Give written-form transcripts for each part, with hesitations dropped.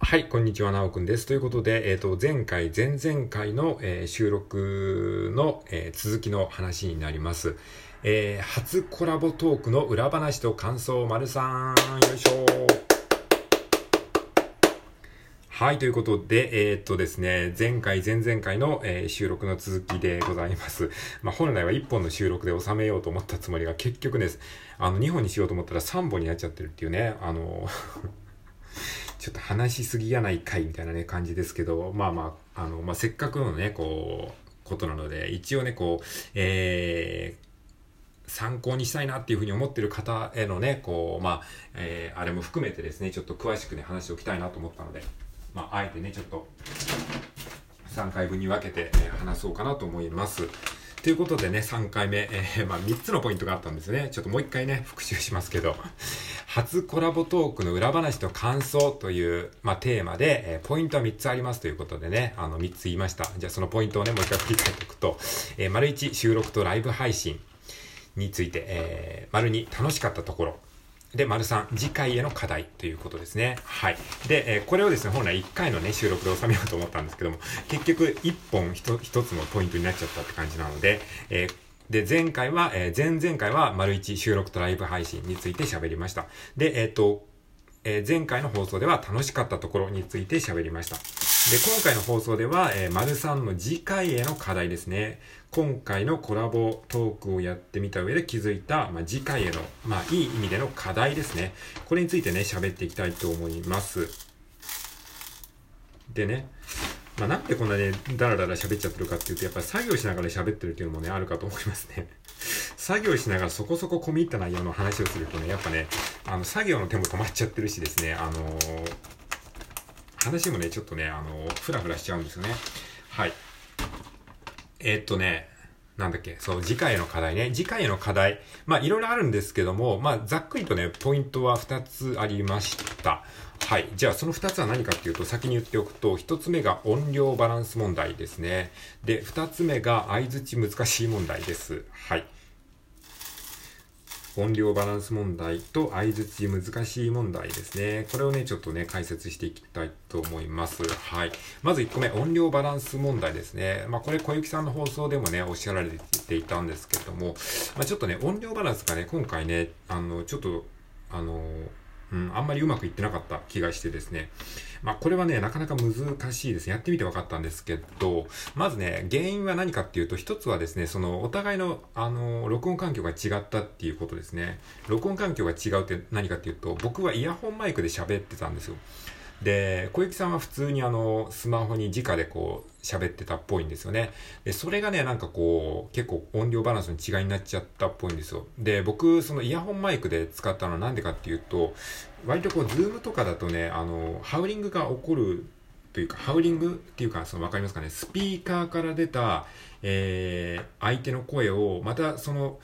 はい、こんにちは、なおくんです。ということで、前回、前々回の、収録の、続きの話になります。初コラボトークの裏話と感想、丸さん、よいしょ。はい、ということで、ですね、前回、前々回の、収録の続きでございます。本来は1本の収録で収めようと思ったつもりが、結局です。2本にしようと思ったら3本になっちゃってるっていうね、ちょっと話しすぎやないかいみたいなね感じですけど、せっかくのね、ことなので、一応ね、参考にしたいなっていうふうに思ってる方へのね、あれも含めてですね、ちょっと詳しくね、話しておきたいなと思ったので、あえてね、ちょっと3回分に分けて、話そうかなと思います。ということでね、3回目、3つのポイントがあったんですね。ちょっともう1回ね、復習しますけど、初コラボトークの裏話と感想という、テーマで、ポイントは3つありますということでね、3つ言いました。じゃあそのポイントをね、もう一回振り返っておくと、丸1、収録とライブ配信について、丸2、楽しかったところ。で、丸3、次回への課題ということですね。はい。で、これをですね、本来1回のね、収録で収めようと思ったんですけども、結局1本1つのポイントになっちゃったって感じなので、で、前回は、前々回は丸1収録とライブ配信について喋りました。で、前回の放送では楽しかったところについて喋りました。で、今回の放送では、丸3の次回への課題ですね。今回のコラボトークをやってみた上で気づいた、次回への、いい意味での課題ですね。これについてね、喋っていきたいと思います。でね、なんでこんなね、ダラダラ喋っちゃってるかっていうと、やっぱり作業しながら喋ってるっていうのもね、あるかと思いますね。作業しながらそこそこ込み入った内容の話をするとね、やっぱね、作業の手も止まっちゃってるしですね、話もね、ちょっとね、ふらふらしちゃうんですよね。はい。なんだっけ、そう、次回への課題ね。次回への課題。いろいろあるんですけども、ざっくりとね、ポイントは2つありました。はい。じゃあ、その2つは何かっていうと、先に言っておくと、1つ目が音量バランス問題ですね。で、2つ目が相槌難しい問題です。はい。音量バランス問題と相槌難しい問題ですね。これをね、ちょっとね、解説していきたいと思います。はい。まず1個目、音量バランス問題ですね。これ小雪さんの放送でもね、おっしゃられていたんですけども、ちょっとね、音量バランスがね、今回ね、ちょっと、あんまりうまくいってなかった気がしてですね。これはね、なかなか難しいですね。やってみて分かったんですけど、まずね、原因は何かっていうと、一つはですね、お互いの、録音環境が違ったっていうことですね。録音環境が違うって何かっていうと、僕はイヤホンマイクで喋ってたんですよ。で、小雪さんは普通にスマホに直で喋ってたっぽいんですよね。で、それがね、結構音量バランスの違いになっちゃったっぽいんですよ。で、僕、そのイヤホンマイクで使ったのはなんでかっていうと、割とズームとかだとね、ハウリングが起こるというか、ハウリングっていうか、わかりますかね、スピーカーから出た、相手の声を、また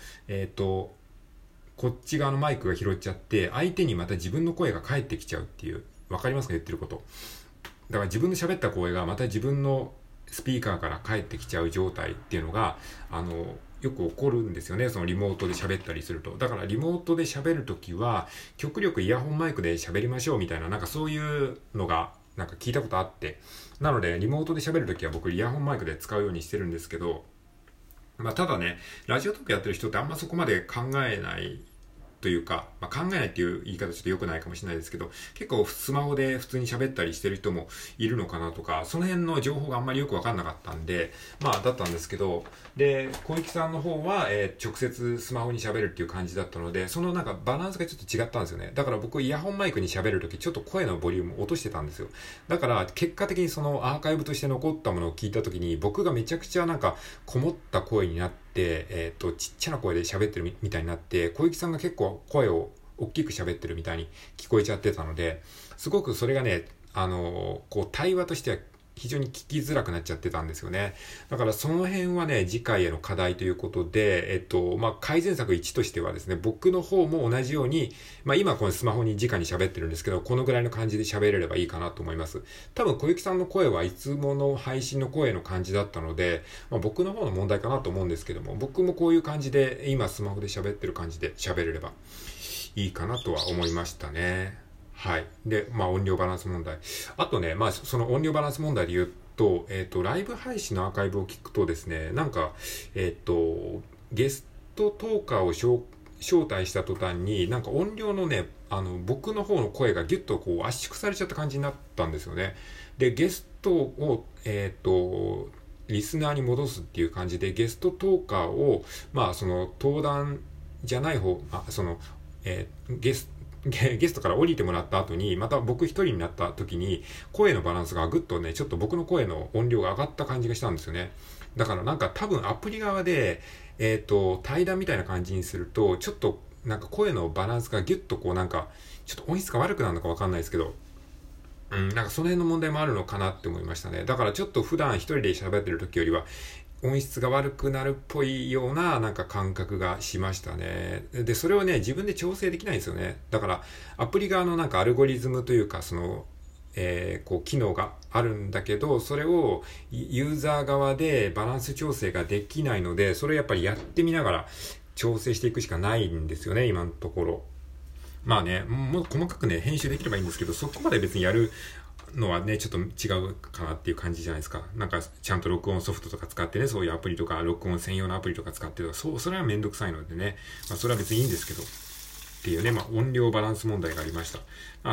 こっち側のマイクが拾っちゃって、相手にまた自分の声が返ってきちゃうっていう、わかりますか、言ってること。だから自分の喋った声がまた自分のスピーカーから返ってきちゃう状態っていうのが、よく起こるんですよね。そのリモートで喋ったりすると。だからリモートで喋るときは、極力イヤホンマイクで喋りましょうみたいな、そういうのが、聞いたことあって。なので、リモートで喋るときは僕イヤホンマイクで使うようにしてるんですけど、ただね、ラジオトークやってる人ってあんまそこまで考えないというか、考えないっていう言い方ちょっと良くないかもしれないですけど、結構スマホで普通に喋ったりしてる人もいるのかなとか、その辺の情報があんまりよくわかんなかったんで、だったんですけど、で、小雪さんの方は、直接スマホに喋るっていう感じだったので、そのバランスがちょっと違ったんですよね。だから僕イヤホンマイクに喋るときちょっと声のボリューム落としてたんですよ。だから結果的にそのアーカイブとして残ったものを聞いたときに、僕がめちゃくちゃこもった声になって、ちっちゃな声で喋ってるみたいになって、小雪さんが結構声を大きく喋ってるみたいに聞こえちゃってたので、すごくそれがね、対話としては非常に聞きづらくなっちゃってたんですよね。だからその辺はね、次回への課題ということで、改善策1としてはですね、僕の方も同じように、今このスマホに直に喋ってるんですけど、このぐらいの感じで喋れればいいかなと思います。多分小雪さんの声はいつもの配信の声の感じだったので、僕の方の問題かなと思うんですけども、僕もこういう感じで、今スマホで喋ってる感じで喋れればいいかなとは思いましたね。 はい。で、まあ音量バランス問題。あとね、まあその音量バランス問題で言うと、ライブ配信のアーカイブを聞くとですね、なんか、ゲストトーカーを招待した途端に、なんか音量のね、僕の方の声がギュッとこう圧縮されちゃった感じになったんですよね。で、ゲストを、リスナーに戻すっていう感じで、ゲストトーカーを、まあその登壇じゃない方、ゲストから降りてもらった後に、また僕一人になった時に、声のバランスがぐっとね、ちょっと僕の声の音量が上がった感じがしたんですよね。だからなんか多分アプリ側で、対談みたいな感じにすると、ちょっとなんか声のバランスがギュッとこうなんか、ちょっと音質が悪くなるのかわかんないですけど、なんかその辺の問題もあるのかなって思いましたね。だからちょっと普段一人で喋ってる時よりは、音質が悪くなるっぽいようななんか感覚がしましたね。で、それをね、自分で調整できないんですよね。だから、アプリ側のなんかアルゴリズムというか、その、こう、機能があるんだけど、それをユーザー側でバランス調整ができないので、それをやっぱりやってみながら調整していくしかないんですよね、今のところ。まあね、もう細かくね、編集できればいいんですけど、そこまで別にやるのはね、ちょっと違うかなっていう感じじゃないですか。なんか、ちゃんと録音ソフトとか使ってね、そういうアプリとか、録音専用のアプリとか使ってるとか、それはめんどくさいのでね、まあ、それは別にいいんですけど、っていうね、まあ、音量バランス問題がありました。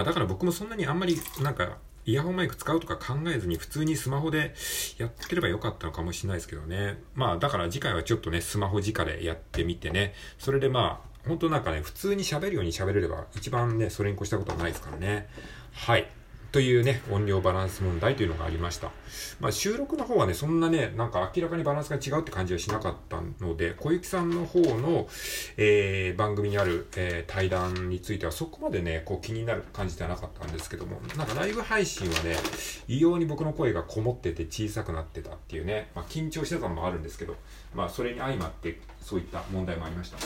だから僕もそんなにあんまり、なんか、イヤホンマイク使うとか考えずに普通にスマホでやってればよかったのかもしれないですけどね。まあだから次回はちょっとね、スマホ直でやってみてね。それでまあ、本当なんかね、普通に喋るように喋れれば一番ね、それに越したことはないですからね。はい。というね、音量バランス問題というのがありました。まあ収録の方はね、そんなね、なんか明らかにバランスが違うって感じはしなかったので、小雪さんの方の、番組にある、対談についてはそこまでね、こう気になる感じではなかったんですけども、なんかライブ配信はね、異様に僕の声がこもってて小さくなってたっていうね、まあ緊張してたのもあるんですけど、まあそれに相まってそういった問題もありました。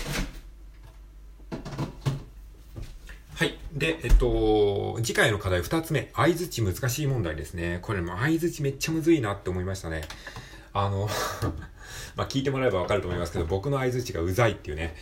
はい。で、次回の課題2つ目。相槌難しい問題ですね。これも相槌めっちゃむずいなって思いましたね。まあ、聞いてもらえばわかると思いますけど、僕の相槌がうざいっていうね。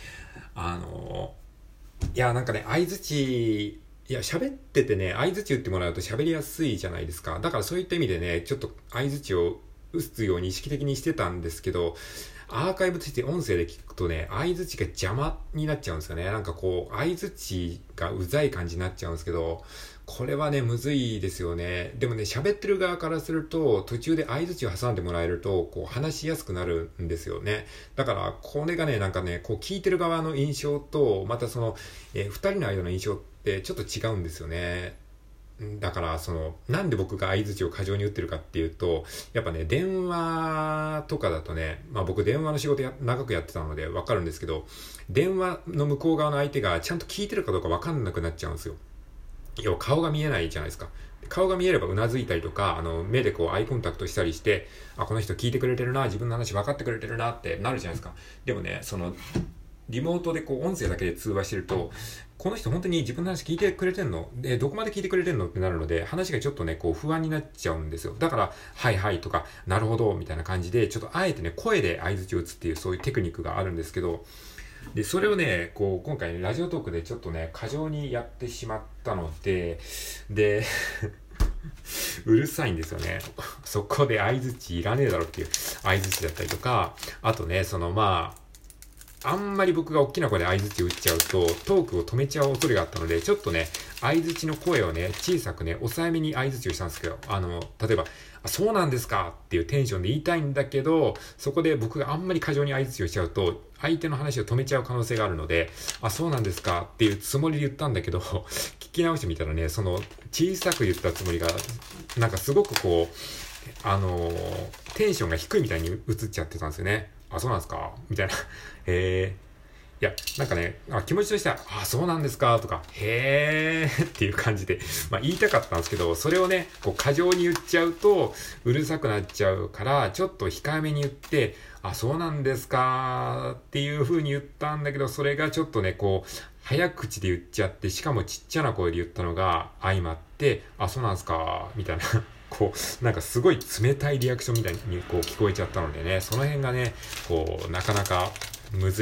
いや、なんかね、相槌、いや、喋っててね、相槌打ってもらうと喋りやすいじゃないですか。だからそういった意味でね、ちょっと相槌を打つように意識的にしてたんですけど、アーカイブとして音声で聞くとね、相槌が邪魔になっちゃうんですよね。なんかこう、相槌がうざい感じになっちゃうんですけど、これはね、むずいですよね。でもね、喋ってる側からすると、途中で相槌を挟んでもらえると、こう、話しやすくなるんですよね。だから、これがね、なんかね、こう、聞いてる側の印象と、またその、二人の間の印象ってちょっと違うんですよね。だから、なんで僕が相槌を過剰に打ってるかっていうと、やっぱね、電話とかだとね、まあ僕電話の仕事長くやってたのでわかるんですけど、電話の向こう側の相手がちゃんと聞いてるかどうかわかんなくなっちゃうんですよ。要は顔が見えないじゃないですか。顔が見えればうなずいたりとか、目でこうアイコンタクトしたりして、あ、この人聞いてくれてるな、自分の話分かってくれてるなってなるじゃないですか。でもね、リモートでこう音声だけで通話してると、この人本当に自分の話聞いてくれてんので、どこまで聞いてくれてんのってなるので、話がちょっとね、こう不安になっちゃうんですよ。だから、はいはいとか、なるほど、みたいな感じで、ちょっとあえてね、声で相槌を打つっていうそういうテクニックがあるんですけど、で、それをね、こう、今回ね、ラジオトークでちょっとね、過剰にやってしまったので、で、うるさいんですよね。そこで相槌いらねえだろっていう相槌だったりとか、あとね、あんまり僕が大きな声で相槌打っちゃうと、トークを止めちゃう恐れがあったので、ちょっとね、相槌の声をね、小さくね、抑えめに相槌をしたんですけど、例えば、そうなんですかっていうテンションで言いたいんだけど、そこで僕があんまり過剰に相槌をしちゃうと、相手の話を止めちゃう可能性があるので、そうなんですかっていうつもりで言ったんだけど、聞き直してみたらね、小さく言ったつもりが、なんかすごくこう、テンションが低いみたいに映っちゃってたんですよね。そうなんですかみたいな。いや、なんかね、気持ちとしては、そうなんですかとか、っていう感じで、言いたかったんですけど、それをね、こう過剰に言っちゃうと、うるさくなっちゃうから、ちょっと控えめに言って、そうなんですかっていう風に言ったんだけど、それがちょっとね、こう、早口で言っちゃって、しかもちっちゃな声で言ったのが相まって、そうなんですかみたいな。こう、なんかすごい冷たいリアクションみたいにこう聞こえちゃったのでね、その辺がね、こう、なかなかむずい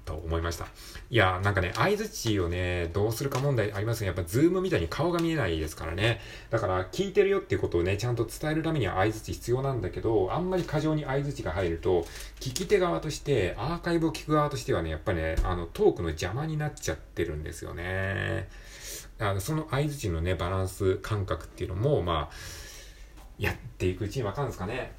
と思いました。いや、なんかね、相槌をね、どうするか問題ありますね。やっぱズームみたいに顔が見えないですからね。だから聞いてるよっていうことをね、ちゃんと伝えるためには相槌必要なんだけど、あんまり過剰に相槌が入ると、聞き手側として、アーカイブを聞く側としてはね、やっぱね、トークの邪魔になっちゃってるんですよね。その相槌のね、バランス感覚っていうのも、まあ、やっていくうちにわかるんですかね。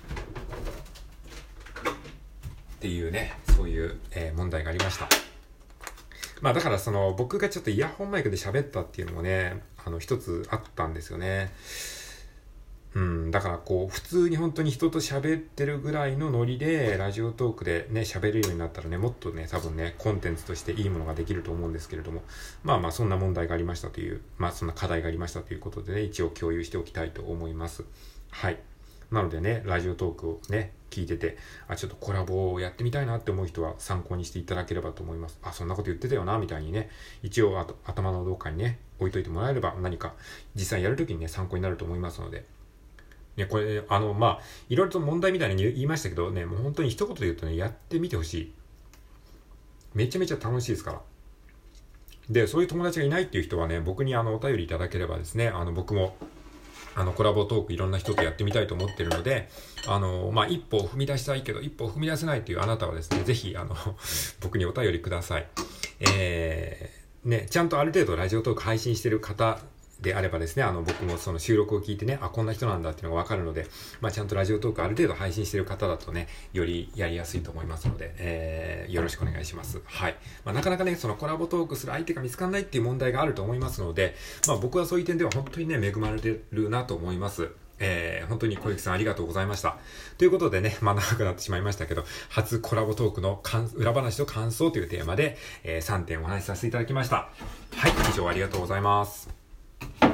っていうね、そういう、問題がありました。まあだから僕がちょっとイヤホンマイクで喋ったっていうのもね、一つあったんですよね。だからこう、普通に本当に人と喋ってるぐらいのノリで、ラジオトークでね、喋れるようになったらね、もっとね、多分ね、コンテンツとしていいものができると思うんですけれども、まあまあそんな問題がありましたという、まあそんな課題がありましたということでね、一応共有しておきたいと思います。はい。なのでね、ラジオトークをね、聞いてて、ちょっとコラボをやってみたいなって思う人は参考にしていただければと思います。そんなこと言ってたよな、みたいにね、一応頭のどっかにね、置いといてもらえれば何か実際やるときにね、参考になると思いますので。ね、これ、まあ、いろいろと問題みたいに言いましたけどね、もう本当に一言で言うとね、やってみてほしい。めちゃめちゃ楽しいですから。で、そういう友達がいないっていう人はね、僕にお便りいただければですね、僕も、コラボトークいろんな人とやってみたいと思ってるので、まあ、一歩を踏み出したいけど、一歩を踏み出せないというあなたはですね、ぜひ、僕にお便りください。ね、ちゃんとある程度ラジオトーク配信してる方であればですね、僕もその収録を聞いてね、こんな人なんだっていうのがわかるので、まあ、ちゃんとラジオトークある程度配信してる方だとね、よりやりやすいと思いますので、よろしくお願いします。はい。まあ、なかなかね、そのコラボトークする相手が見つからないっていう問題があると思いますので、まあ、僕はそういう点では本当にね、恵まれてるなと思います。本当に小雪さんありがとうございました。ということでね、まあ長くなってしまいましたけど、初コラボトークの裏話と感想というテーマで、3点お話しさせていただきました。はい、以上ありがとうございます。